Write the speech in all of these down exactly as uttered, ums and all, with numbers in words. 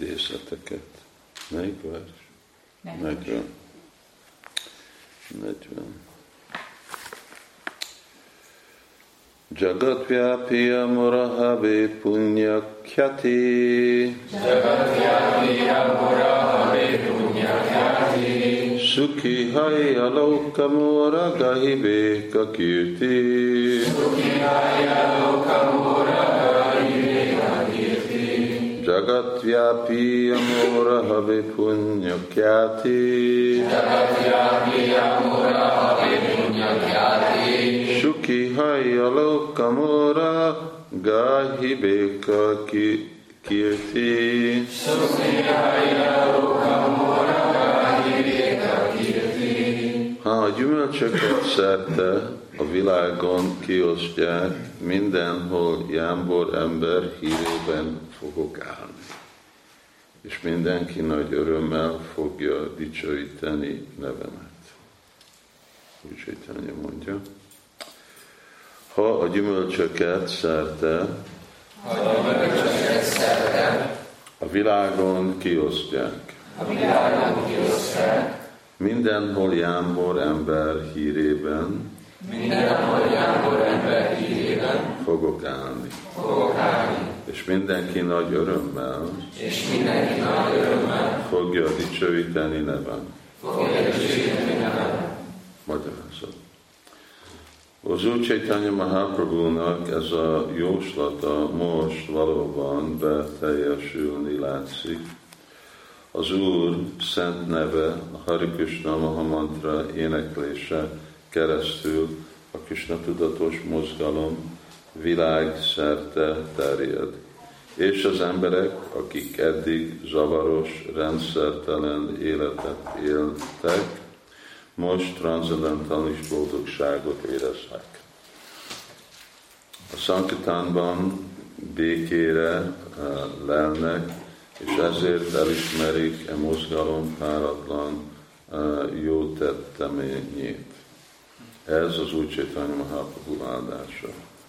idézeteket. Melyik vers? negyven. negyven. Jagatvyapya murahave punyakhyati Jagatvyapya murahave punyakhyati Sukhi haya lokamura gahibe kakirti Sukhi haya lokamura gahibe kakirti Jagatvyapya murahave punyakhyati Jagatvyapya murahave punyakhyati Sukhi haya lokamura gahibe kakirti Sukhi haya lokamura gahibe kakirti. Ha a gyümölcsöket szerte a világon kiosztják, mindenhol jámbor ember hírében fogok állni. És mindenki nagy örömmel fogja dicsőíteni nevemet. Úgy Chaitanya mondja. Ha a gyümölcsöket szerte Ha a gyümölcsöket szerte a világon kiosztják, a világon kiosztják, mindenhol jámbor ember hírében mindenhol jámbor ember hírében fogok állni. fogok állni, És mindenki nagy örömmel és mindenki nagy örömmel fogja dicsőíteni nevem. fogja dicsőíteni nevem. Magyarázat. Az Úr Chaitanya Mahaprabhunak ez a jóslata most valóban beteljesülni látszik. Az Úr szent neve, a Hare Krishna Mahamantra éneklése keresztül a Krishna tudatos mozgalom világszerte terjed. És az emberek, akik eddig zavaros, rendszertelen életet éltek, most transzendentális boldogságot éreznek. A Sankirtánban békére lelnek, és ezért elismerik e mozgalom páratlan jó tetteményét. Ez az Úr Chaitanya Mahaprabhu áldása.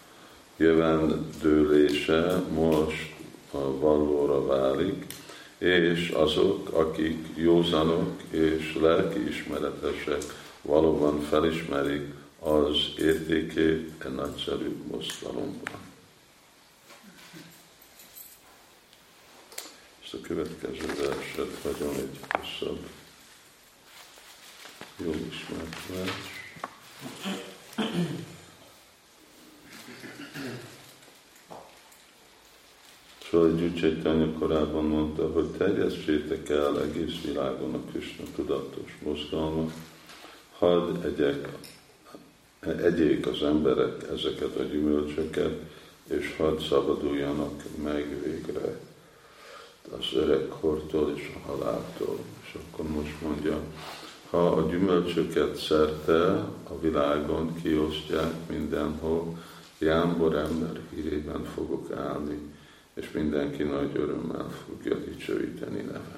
Jövendőlése most valóra válik, és azok, akik józanok és lelkiismeretesek valóban felismerik az értékét e nagyszerű mozgalomban. Ezt a következő verset nagyon egy hosszabb, jól ismert vers. Szóval Úr Chaitanya korábban mondta, hogy terjesszétek el egész világon a Krishna tudatos mozgalmat, hadd egyek, egyék az emberek ezeket a gyümölcsöket, és hadd szabaduljanak meg végre az öregkortól és a haláltól. És akkor most mondja, ha a gyümölcsöket szerte a világon kiosztják mindenhol, jámbor ember hírében fogok állni, és mindenki nagy örömmel fogja dicsőíteni nevem.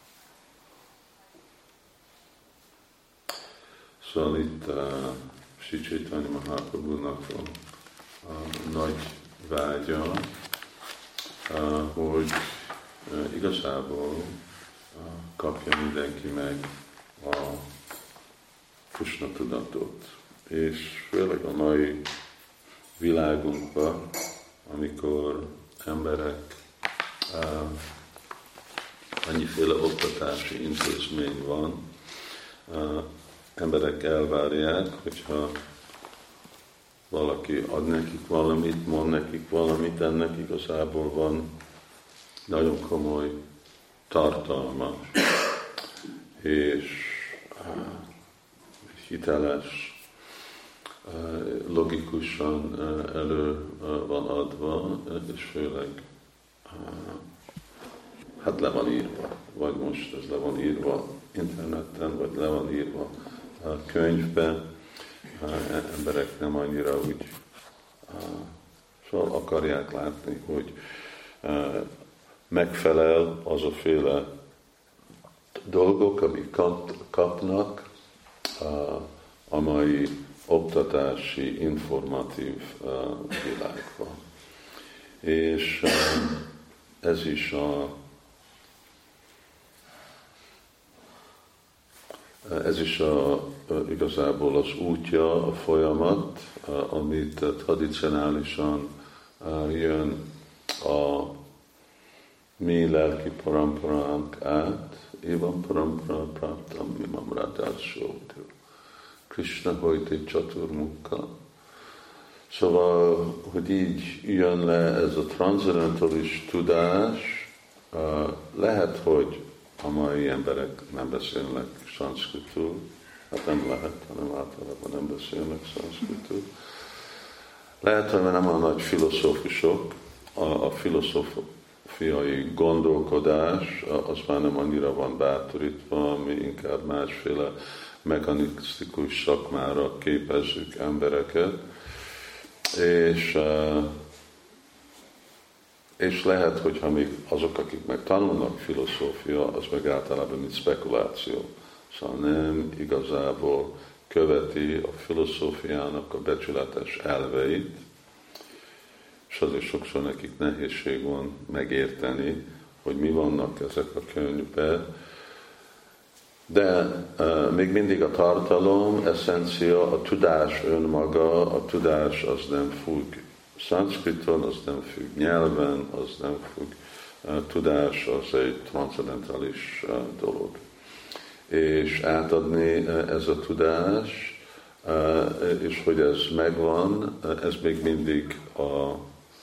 Szóval itt uh, Sri Chaitanya Mahaprabhunak a, a nagy vágya, uh, hogy uh, igazából uh, kapja mindenki meg a Krishna tudatot. És főleg a mai világunkban, amikor emberek, uh, annyiféle oktatási intézmény van, uh, emberek elvárják, hogyha valaki ad nekik valamit, mond nekik valamit, ennek igazából van nagyon komoly tartalma, és uh, hiteles, logikusan elő van adva, és főleg hát le van írva, vagy most ez le van írva interneten, vagy le van írva könyvben. Emberek nem annyira úgy szóval akarják látni, hogy megfelel az a féle dolgok, amik kapnak a mai oktatási, informatív uh, világban. És uh, ez is a Ez is a, igazából az útja, a folyamat, amit tradicionálisan jön a mi lelki paramparánk át, évam parampara praptam mimam radásótő. Krishna hojté csaturmukka. Szóval, hogy így jön le ez a transzendentális tudás, lehet, hogy a mai emberek nem beszélnek szanszkritul, hát nem lehet, hanem általában nem beszélnek szanszkritul. Lehet, hogy nem a nagy filozófusok, a, a filozófiai gondolkodás, az már nem annyira van bátorítva, ami inkább másféle mechanisztikus szakmára képezzük embereket, és, és lehet, hogyha még azok, akik meg tanulnak filozófia, az meg általában mint spekuláció. Szóval nem igazából követi a filozófiának a becsületes elveit, és azért sokszor nekik nehézség van megérteni, hogy mi vannak ezek a könyvben, de uh, még mindig a tartalom, eszencia, a tudás önmaga, a tudás az nem függ szanszkriton, az nem függ nyelven, az nem függ uh, tudás, az egy transzendentális uh, dolog. És átadni uh, ez a tudás, uh, és hogy ez megvan, uh, ez még mindig a, a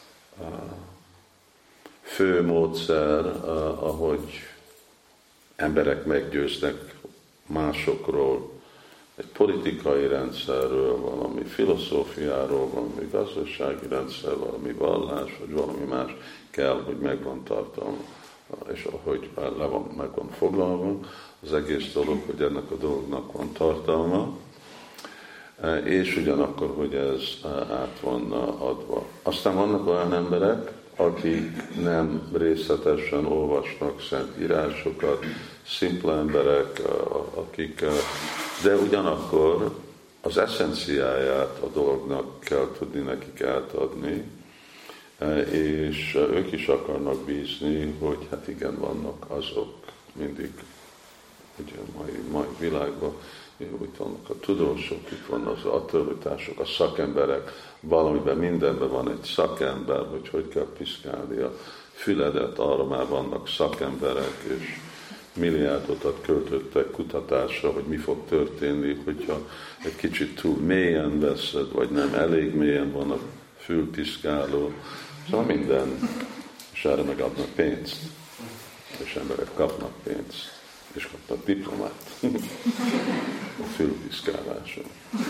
fő módszer, uh, ahogy emberek meggyőznek másokról, egy politikai rendszerről, valami filozófiáról, valami gazdasági rendszer, valami vallás, vagy valami más kell, hogy megvan tartalma, és ahogy le van, meg van foglalva, az egész dolog, hogy ennek a dolognak van tartalma, és ugyanakkor, hogy ez át van adva. Aztán vannak olyan emberek, akik nem részletesen olvasnak szent írásokat, szimpla emberek, akik, de ugyanakkor az eszenciáját a dolognak kell tudni nekik átadni, és ők is akarnak bízni, hogy hát igen, vannak azok mindig, ugye a mai, mai világban, itt vannak a tudósok, itt vannak az autoritások, a szakemberek, valamiben, mindenben van egy szakember, hogy hogy kell piszkálni a füledet, arra már vannak szakemberek, és milliárdokat költöttek kutatásra, hogy mi fog történni, hogyha egy kicsit túl mélyen veszed, vagy nem elég mélyen van a fülpiszkáló. Szóval minden, és erre megadnak pénzt, és emberek kapnak pénzt, és kapnak diplomát a fülpiszkáláson.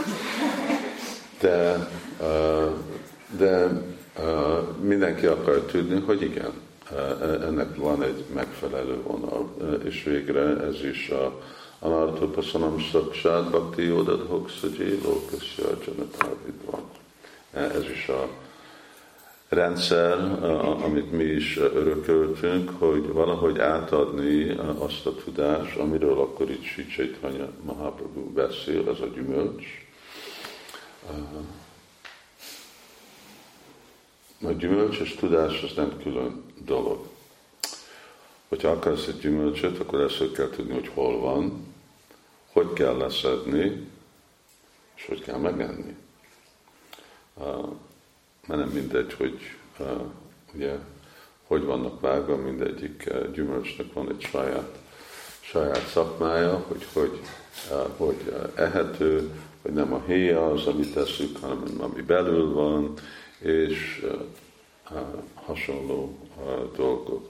De, de mindenki akar tudni, hogy igen, ennek van egy megfelelő vonal, és végre ez is a anarthopasanam saksát bhakti yodad hokszaji lokasya janatavidvan. Ez is a rendszer, amit mi is örököltünk, hogy valahogy átadni azt a tudást, amiről akkor itt Sri Chaitanya Mahaprabhu beszél, ez a gyümölcs. A gyümölcs és tudás az nem külön dolog. Hogyha akarsz egy gyümölcsöt, akkor ezt kell tudni, hogy hol van, hogy kell leszedni, és hogy kell megenni. Mert nem mindegy, hogy ugye, hogy vannak vágva, mindegyik gyümölcsnek van egy saját, saját szakmája, hogy, hogy, hogy ehető, hogy nem a héja az, amit teszünk, hanem ami belül van, és hasonló dolgok.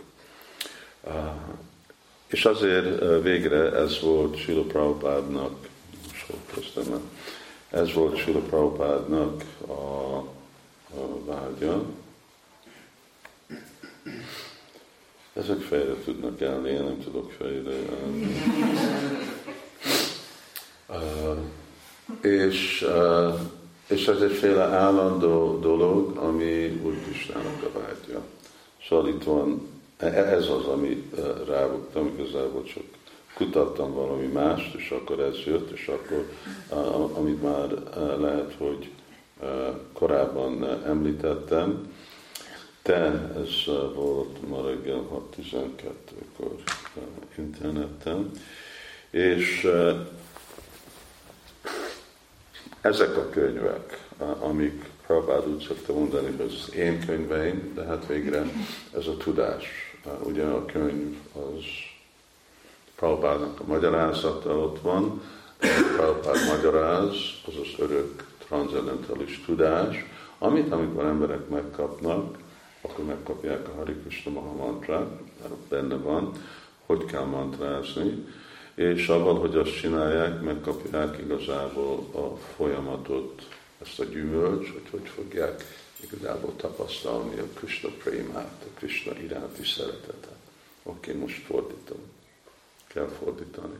És azért végre ez volt Srila Prabhupádnak, most hol kezdem el, ez volt Srila Prabhupádnak a, a vágya. Ezek fejre tudnak állni, én nem tudok fejre állni. Uh, és, uh, és ez egyféle állandó dolog, ami Úr Krisnának a vágya. Szóval itt van, ez az, ami uh, rávogtam, igazából csak kutattam valami mást, és akkor ez jött, és akkor, uh, amit már uh, lehet, hogy uh, korábban uh, említettem, de ez uh, volt ma reggel hat tizenkettőkor uh, interneten, és uh, ezek a könyvek, amik Prabhupád úgy szokta mondani, hogy az én könyveim, de hát végre ez a tudás. Ugye a könyv az Prabhupádnak a magyarázata ott van, Prabhupád magyaráz, az az örök transzendentális tudás, amit amikor emberek megkapnak, akkor megkapják a Hare Krishna Maha mantrát, mert benne van, hogy kell mantrázni, és avval, hogy azt csinálják, megkapják igazából a folyamatot, ezt a gyümölcs, hogy hogy fogják igazából tapasztalni a Krishna prémát, a Krishna iránti szeretetet. Oké, okay, most fordítom. Kell fordítani.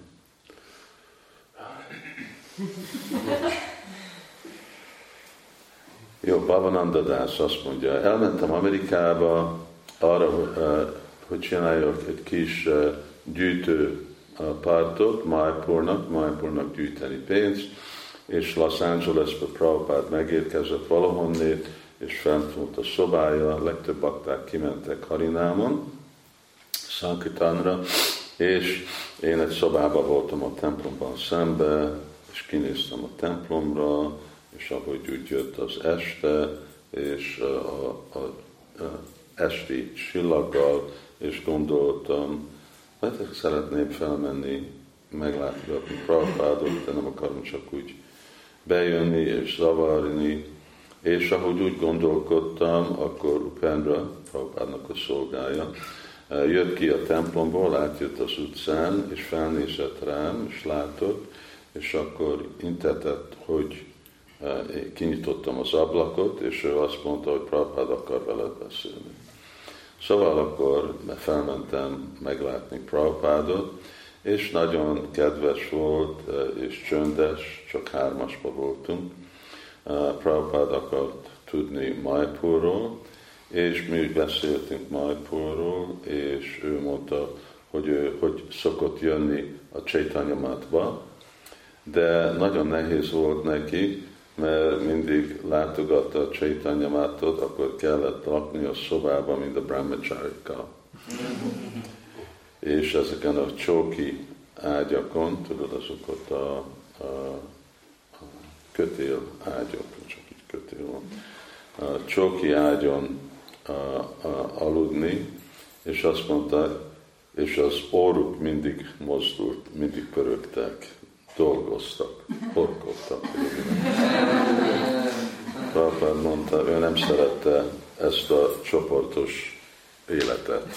Jó, Bhavananda Das azt mondja, elmentem Amerikába arra, hogy csináljak egy kis gyűjtő pártot Mayapurnak, Mayapurnak gyűjteni pénzt, és Los Angelesbe Prabhupád megérkezett valahonnét, és fent volt a szobája, a legtöbb bakták kimentek Harinámon, Sankirtanra, és én egy szobában voltam a templomban szembe, és kinéztem a templomra, és ahogy úgy jött az este, és a, a, a, a esti csillaggal, és gondoltam, mert szeretném felmenni, meglátogatni Prabhupádot, de nem akarom csak úgy bejönni és zavarni. És ahogy úgy gondolkodtam, akkor Upendra, Prabhupádnak a szolgája, jött ki a templomból, átjött az utcán, és felnézett rám, és látott, és akkor intetett, hogy kinyitottam az ablakot, és ő azt mondta, hogy Prabhupád akar veled beszélni. Szóval akkor felmentem meglátni Prabhupádot, és nagyon kedves volt, és csöndes, csak hármasba voltunk. Prabhupád akart tudni Mayapurról, és mi úgy beszéltünk Mayapurról, és ő mondta, hogy ő hogy szokott jönni a Chaitanya Matba, de nagyon nehéz volt neki, mert mindig látogatta a Chaitanya Matot, akkor kellett lakni a szobában, mint a brahmacharikkal. És ezeken a csóki ágyakon, tudod, azokat a, a, a kötél ágyak, csak így kötél van, a csóki ágyon a, a, aludni, és azt mondta, és az orruk mindig mozdult, mindig pörögtek, dolgoztak, horkoltak. Prabhupád mondta, ő nem szerette ezt a csoportos életet.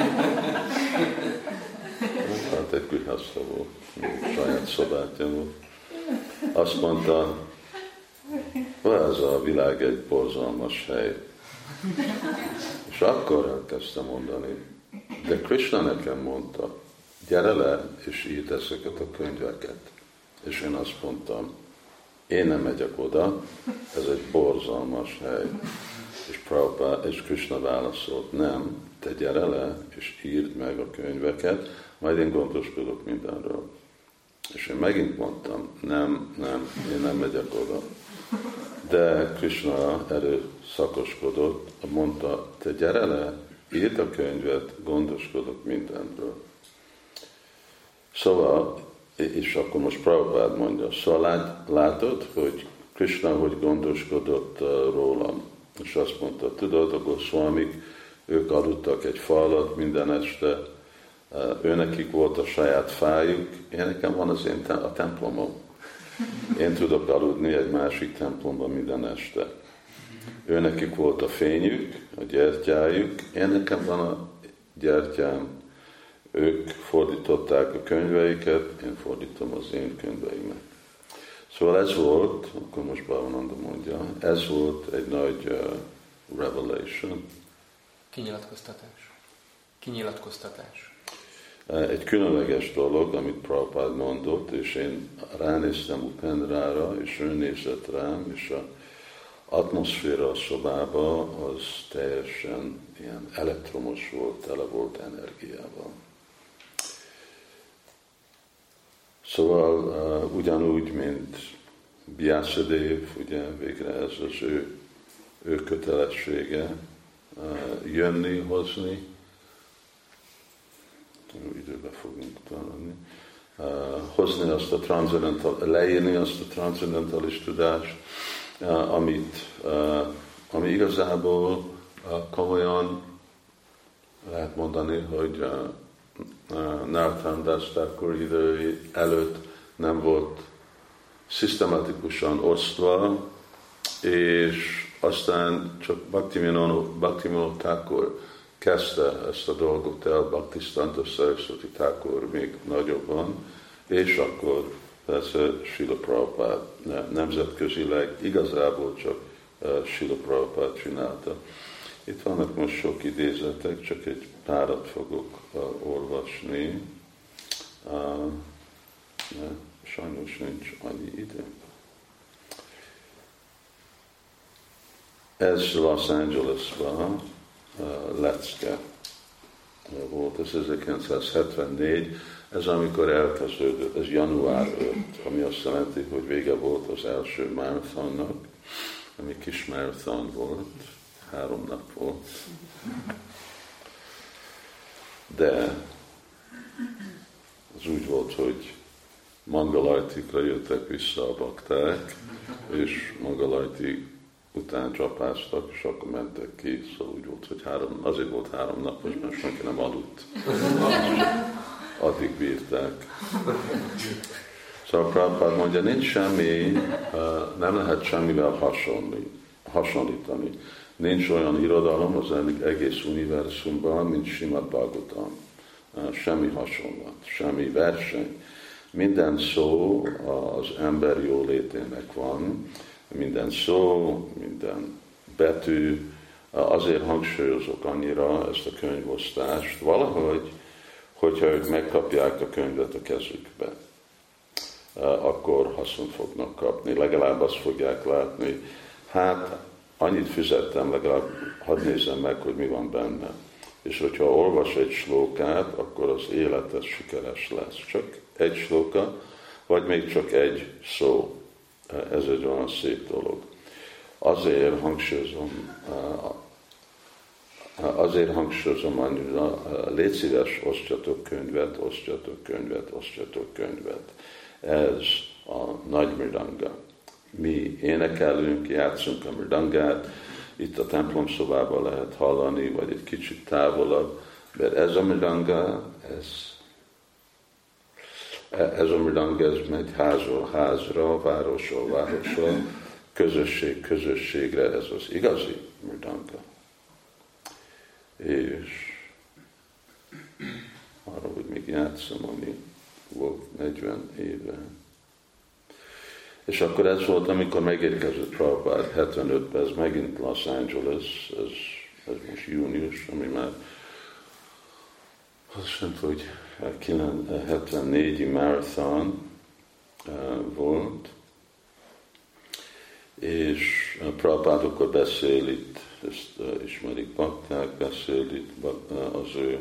Hát egy kühaszta volt, saját szobátja volt. Azt mondta, ez a világ egy borzalmas hely. És akkor elkezdtem mondani, de Krishna nekem mondta, gyere le és írd ezeket a könyveket. És én azt mondtam, én nem megyek oda, ez egy borzalmas hely. És Prabhupád és Krishna válaszolt, nem, te gyere le, és írd meg a könyveket, majd én gondoskodok mindenről. És én megint mondtam, nem, nem, én nem megyek oda. De Krishna erőszakoskodott, mondta, te gyere le, írd a könyvet, gondoskodok mindenről. Szóval, és akkor most Prabhupád mondja, szóval lát, látod, hogy Krishna hogy gondoskodott rólam. És azt mondta, tudod, a Goswamik, ők aludtak egy falat minden este, őnekik volt a saját fájuk, én nekem van az én a templomom. Én tudok aludni egy másik templomban minden este. Őnekik volt a fényük, a gyertyájuk, én nekem van a gyertyám. Ők fordították a könyveiket, én fordítom az én könyveimet. Szóval ez volt, akkor most Bhavananda mondja, ez volt egy nagy uh, revelation. Kinyilatkoztatás. Kinyilatkoztatás. Egy különleges dolog, amit Prabhupád mondott, és én ránéztem Upendrára, és ő nézett rám, és az atmoszféra a szobába az teljesen ilyen elektromos volt, tele volt energiával. Szóval uh, ugyanúgy, mint Vyasadeva, ugye végre ez az ő, ő kötelessége uh, jönni, hozni, időbe fogunk tanulni, hozni azt a transzendental, leírni azt a transzendentális tudást, amit, ami igazából komolyan lehet mondani, hogy Narottam Das Thakur idői előtt nem volt szisztematikusan osztva, és aztán csak Bhaktivinoda Thakur kezdte ezt a dolgot el, Bhaktisiddhanta Saraswati Thakur még nagyobban, és akkor persze Srila Prabhupád nemzetközileg igazából csak Srila Prabhupád csinálta. Itt vannak most sok idézetek, csak egy párat fogok uh, olvasni. Uh, de sajnos nincs annyi idő. Ez Los Angelesban uh, lecke volt, ez ezerkilencszázhetvennégy, ez amikor elkezdődött, ez január ötödike, ami azt jelenti, hogy vége volt az első marathonnak, ami kis marathon volt, három nap volt. De az úgy volt, hogy Mangalartikra jöttek vissza a bakták, és Mangalartik után csapáztak, és akkor mentek ki, szóval úgy volt, hogy három, azért volt három napos, mert senki nem aludt. Addig bírták. Szóval Prabhupád mondja, nincs semmi, nem lehet semmivel hasonlítani. Nincs olyan irodalom az egész univerzumban, mint Srimad Bhagavatam. Semmi hasonlat, semmi verseny. Minden szó az ember jólétének van, minden szó, minden betű. Azért hangsúlyozok annyira ezt a könyvosztást, valahogy, hogyha ők megkapják a könyvet a kezükbe, akkor haszont fognak kapni, legalább azt fogják látni, hát annyit fizettem, legalább hadd nézzem meg, hogy mi van benne. És hogyha olvas egy slókát, akkor az élete sikeres lesz. Csak egy slóka, vagy még csak egy szó. Ez egy olyan szép dolog. Azért hangsúlyozom, azért hangsúlyozom annyira, légy szíves, osztjatok könyvet, osztjatok könyvet, osztjatok könyvet. Ez a nagy mridanga. Mi énekelünk, játszunk a mridangát, itt a templom szobában lehet hallani, vagy egy kicsit távolabb, mert ez a mridanga, ez, ez a mridanga, ez megy házról házra, városról városra, közösség közösségre, ez az igazi mridanga. És arra, hogy még játszom, ami volt negyven éve. És akkor ez volt, amikor megérkezett Prabhupád hetvenötben, ez megint Los Angeles, ez, ez most június, ami már azt mondta, hogy hetvennégy marathon volt, és Prabhupád akkor beszél itt, ezt ismerik bakták, beszél itt az ő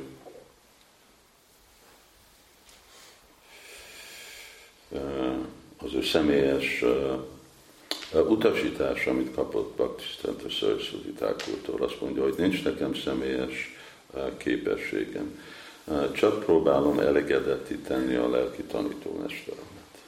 az ő személyes uh, utasítás, amit kapott Bhaktisiddhanta Saraswati Thakurtól, azt mondja, hogy nincs nekem személyes uh, képességem. Uh, csak próbálom elégedetté tenni a lelki tanítómesteremet.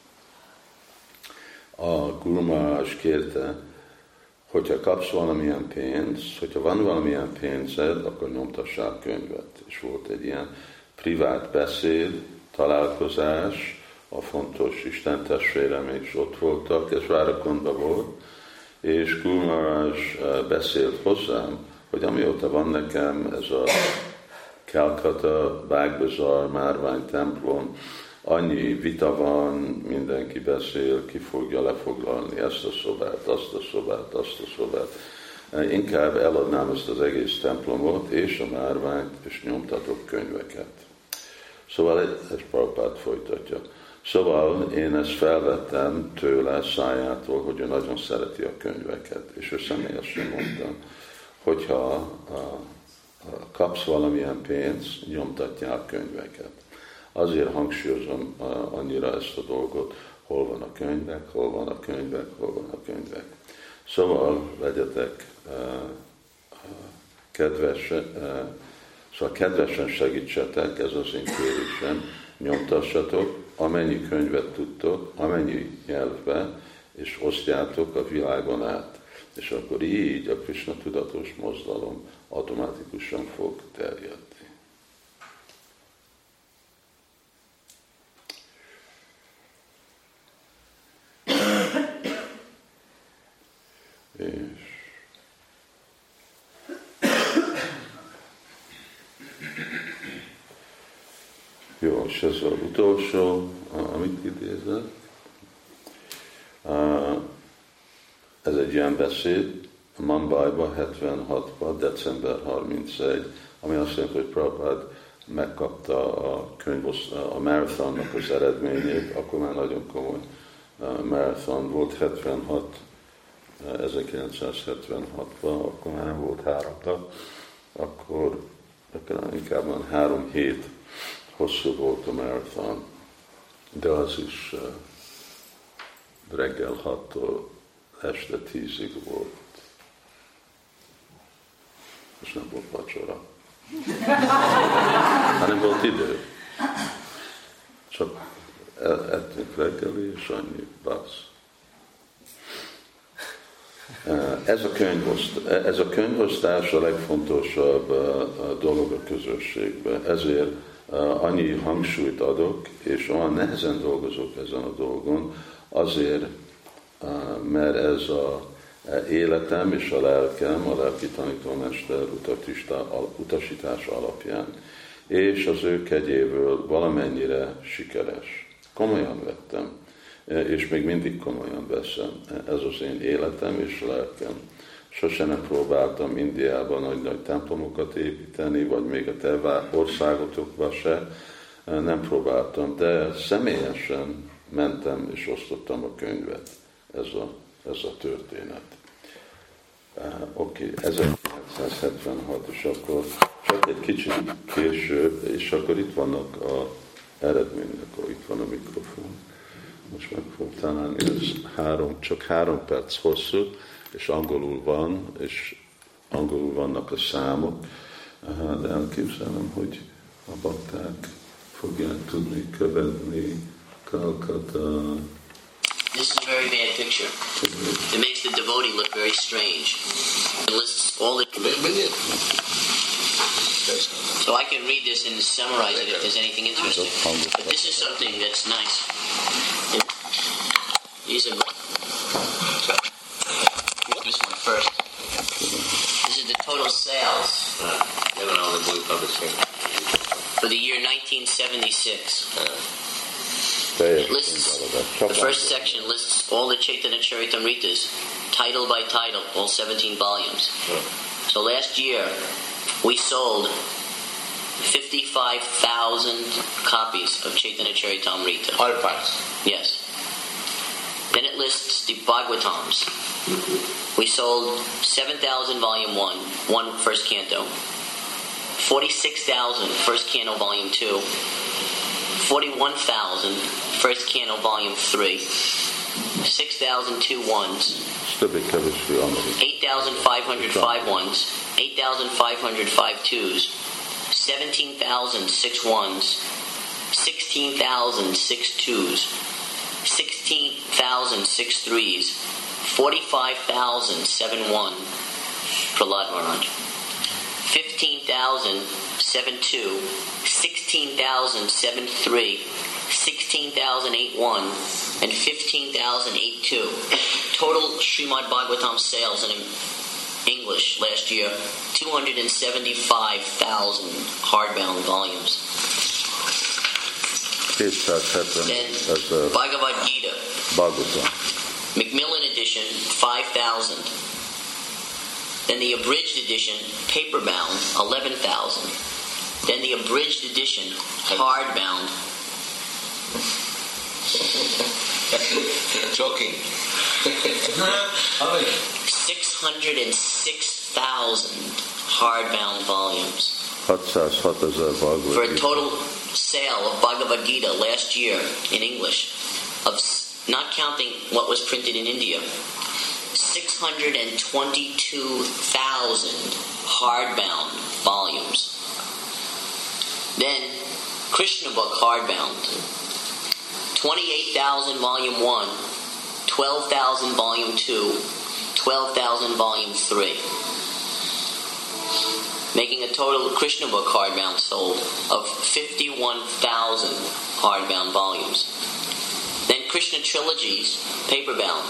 A Guru Maharaj kérte, hogyha kapsz valamilyen pénzt, hogyha van valamilyen pénzed, akkor nyomtassál könyvet. És volt egy ilyen privát beszéd, találkozás, a fontos Isten testvérem is ott voltak, ez Várakonban volt, és Guru Maharaj beszélt hozzám, hogy amióta van nekem ez a Calcutta, Bagbazar, márvány templom, annyi vita van, mindenki beszél, ki fogja lefoglalni ezt a szobát, azt a szobát, azt a szobát. Inkább eladnám ezt az egész templomot, és a márványt, és nyomtatok könyveket. Szóval ez Prabhupád folytatja. Szóval én ezt felvettem tőle, szájától, hogy ő nagyon szereti a könyveket, és ő személyesen mondta, hogyha kapsz valamilyen pénzt, nyomtatjál a könyveket. Azért hangsúlyozom annyira ezt a dolgot, hol van a könyvek, hol van a könyvek, hol van a könyvek. Szóval legyetek kedves Szóval kedvesen segítsetek, ez az én kérésem, nyomtassatok, amennyi könyvet tudtok, amennyi nyelvben, és osztjátok a világon át. És akkor így a Krishna tudatos mozdalom automatikusan fog terjedni. És jó, és ez az utolsó, amit idézett. Ez egy ilyen beszéd, Mumbaiba hetvenhatban, december harmincegy, ami azt jelenti, hogy Prabhupád megkapta a könyv, a marathonnak az eredményét, akkor már nagyon komoly marathon volt, hetvenhat, ezerkilencszázhetvenhatban, akkor már volt három nap, akkor inkább három hét hosszú volt a marathon, de az is uh, reggel hattól este tízig volt, és nem volt vacsora, hanem volt idő. Csak ettünk reggeli, és annyi basz. Ez a, könyvosztás, ez a könyvosztás a legfontosabb dolog a közösségben. Ezért annyi hangsúlyt adok, és olyan nehezen dolgozok ezen a dolgon, azért, mert ez a életem és a lelkem, a lelki tanítómester utasítás alapján, és az ő kegyéből valamennyire sikeres. Komolyan vettem, és még mindig komolyan veszem. Ez az én életem és lelkem. Sose nem próbáltam Indiában nagy-nagy templomokat építeni, vagy még a te országotokban se. Nem próbáltam, de személyesen mentem és osztottam a könyvet. Ez a, ez a történet. Oké, okay, ezerkilencszázhetvenhat, és akkor csak egy kicsit később, és akkor itt vannak az eredmények, akkor itt van a mikrofon. Most meg fogom találni, ez három, csak három perc hosszú, és angolul van, és angolul vannak a számok, de elképzelem, hogy a bakták fogják tudni követni Calcutta. This is a very bad picture. It makes the devotee look very strange. It lists all the... So I can read this and summarize it if there's anything interesting. But this is something that's nice. These are... This one first. This is the total sales. For the year nineteen seventy-six. It lists, the first section lists all the Chaitanya Charitamritas, title by title, all seventeen volumes. So last year, we sold fifty-five thousand copies of Chaitanya Charitamrita. All parts. Yes. Then it lists the Bhagavatams. We sold seven thousand volume one, one first canto, forty-six thousand first canto volume two, forty-one thousand first canto volume three, six thousand two ones, eight thousand five hundred five ones, eight thousand five hundred five twos, seventeen thousand six ones, sixteen thousand six twos, sixteen thousand six threes, forty-five thousand seven one, Prahlad Maharaj, fifteen thousand seven two, sixteen thousand seven three, sixteen thousand eight one, and fifteen thousand eight two. Total Srimad Bhagavatam sales in English last year, two hundred seventy-five thousand hardbound volumes. Then Bhagavad Gita, Bhagavatam. Macmillan edition, five thousand. Then the abridged edition, paperbound, eleven thousand. Then the abridged edition, hardbound. Joking. six hundred six thousand hardbound volumes. For a total sale of Bhagavad Gita last year in English, of not counting what was printed in India, six hundred twenty-two thousand hardbound volumes. Then Krishna book hardbound, twenty-eight thousand volume one, twelve thousand volume two, twelve thousand volume three, making a total Krishna book hardbound sold of fifty-one thousand hardbound volumes. Then Krishna trilogies paperbound,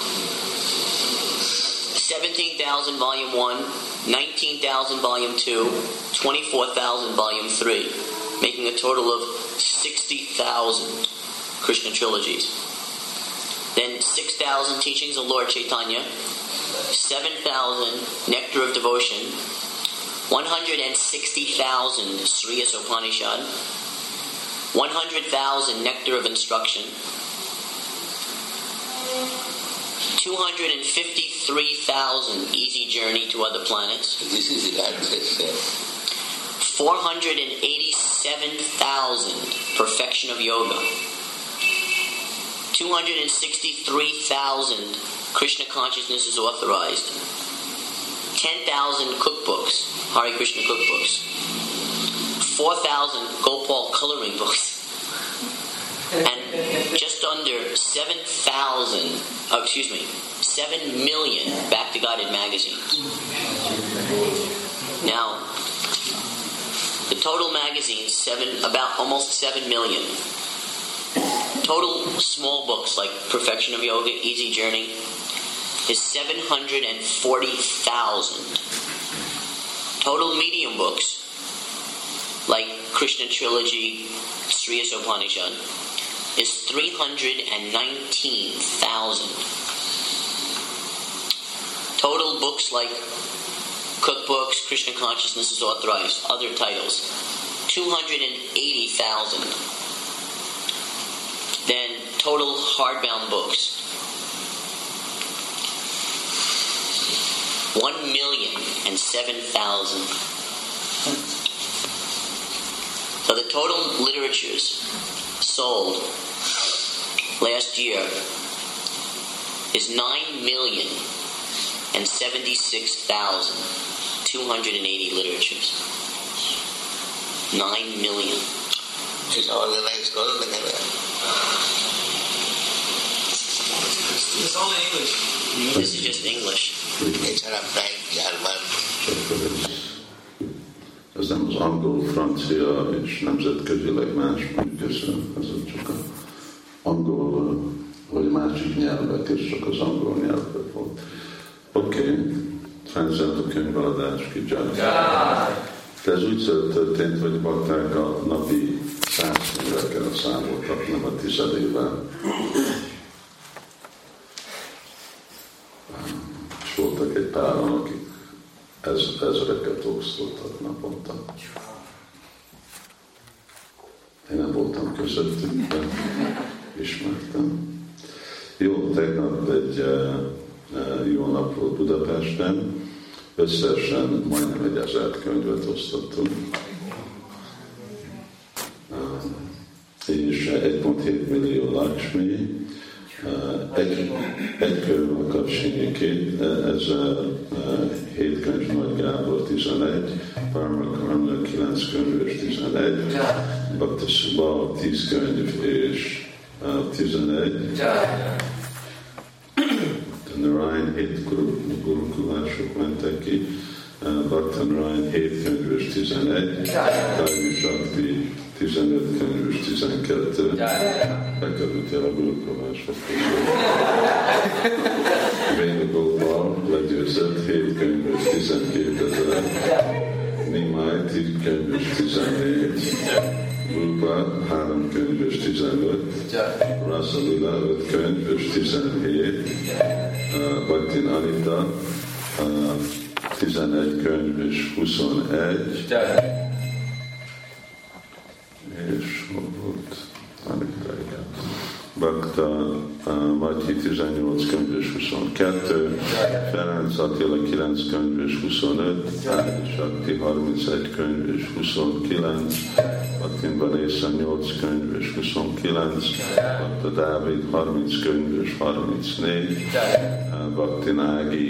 seventeen thousand volume one, nineteen thousand volume two, twenty-four thousand volume three, making a total of sixty thousand Krishna trilogies. Then six thousand teachings of Lord Chaitanya, seven thousand nectar of devotion, one hundred sixty thousand Sriyas Upanishad, one hundred thousand nectar of instruction, two hundred fifty-three thousand easy journey to other planets. This is the address. four hundred eighty-seven thousand perfection of yoga. two hundred sixty-three thousand Krishna consciousness is authorized. ten thousand cookbooks, Hare Krishna cookbooks. four thousand Gopal coloring books. And just under seven thousand, oh, excuse me, seven million Back to Guided magazines. Now, the total magazines, seven, about almost seven million. Total small books like Perfection of Yoga, Easy Journey, is seven hundred forty thousand. Total medium books like Krishna Trilogy, Sriyas Upanishad, is three hundred nineteen thousand. Total books like cookbooks, Krishna Consciousness is authorized, other titles, two hundred eighty thousand. Then total hardbound books, one million and seven thousand. So the total literatures sold last year is nine million and seventy-six thousand two hundred and eighty literatures. Nine million. It's organized all together. It's only English. This is just English. It's an applied German. Ez nem az angol, francia és nemzetközileg más, mondjuk ez, ez csak az angol, vagy másik nyelvek, és csak az angol nyelvek volt. Oké, okay. Fennszent a könyveladás, kicsán. De ez úgy történt, hogy bakták a napi száz művekkel számoltak, nem a tizedével. És voltak egy páran, akik ez, ezreket osztottak naponta. Én nem voltam közöttük, de ismertem. Jó, tegnap egy uh, jó nap volt Budapesten, összesen majdnem egy ezer könyvet osztottunk. Uh, és egy egész hét millió Lakshmi, uh, egy, egy könyv a Kapsinyi, ez uh, hét könyv Nagy Gábor tizenegy, Parma Karma kilenc könyv és tizenegy, Bhakta Subha tíz könyv és uh, tizenegy, Narayan hét gurukulások mentek ki, Bhakta Narayan hét könyv és tizenegy, Daivi Shakti tizenöt könyv és tizenkettő, bekerültél a gurukulások között. Venugopal legyőzött hét könyv és tizenkét ezer, Nimai tíz könyv és tizennégy, Rupa három könyv és tizenöt, Rasalila öt könyv és tizenhét, Bhaktin Anita tizenegy könyv és huszonegy, és hol volt Anita? Bhakta Madhi tizennyolc könyv és huszonkettő, Ferenc Attila kilenc könyv és huszonöt, Shakti harmincegy könyv és huszonkilenc, Bhaktin Vanessa nyolc könyv és huszonkilenc, Bhakta Dávid harminc könyv és harmincnégy, Bhaktin Ági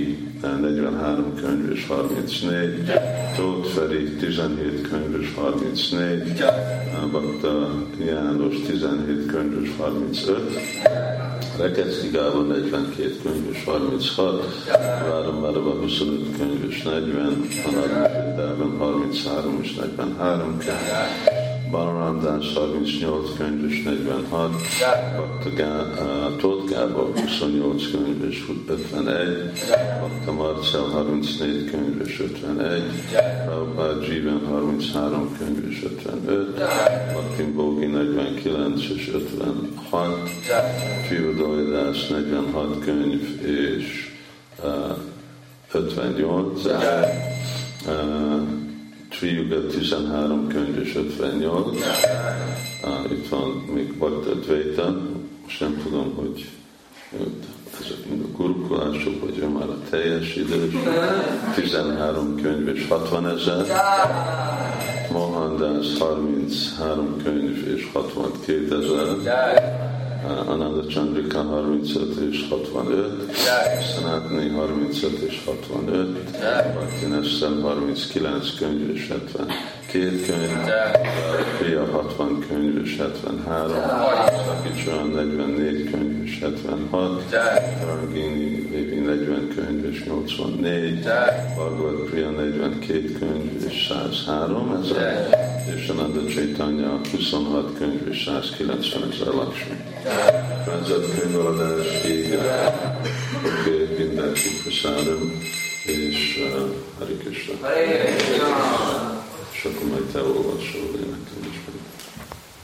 negyvenhárom könyv és harmincnégy, Tóth Feri tizenhét könyv és harmincnégy, Bakta János tizenhét könyv és harmincöt, Rekecki Gábor negyvenkét könyv és harminchat, Váram Várava huszonöt könyv és negyven, Anadműfédában harminchárom és negyvenhárom könyv, Balarándás harmincnyolc könyv és negyvenhat, Bakta Gá, Tóth Gábor huszonnyolc könyv és ötvenegy, Bakta Marcell harmincnégy könyv és ötvenegy, Prabhupád Zsíven harminchárom könyv és ötvenöt, Martin Bógi negyvenkilenc és ötvenhat, Fiúdóidás negyvenhat könyv és uh, ötvennyolc, uh, Triuga tizenhárom könyv és ötvennyolc, uh, itt van még Bhakta Dvaita, most nem tudom, hogy ezek mind a gurukulások, vagy ő már a teljes idős, tizenhárom könyv és hatvanezer, Mohandas harminchárom könyv és hatvankétezer, Ananda Chandrika harmincöt és hatvanöt, Sanatani harmincöt és hatvanöt, Bhakti Nessel harminckilenc könyv és hetvenkét könyv, Priya hatvan könyv és hetvenhárom, Sakicsohan negyvennégy könyv és hetvenhat, Rangini Lévi negyven könyv és nyolcvannégy, Bhagavad Priya negyvenkét könyv és százhárom, ezek, és Ananda Chaitanya huszonhat könyv és százkilencvenezer Lakshmi. Rázat könyvaladás így oké, mindenki Prasadam és uh, Hari Krishna. És akkor majd te olvasol, én nekem is meg.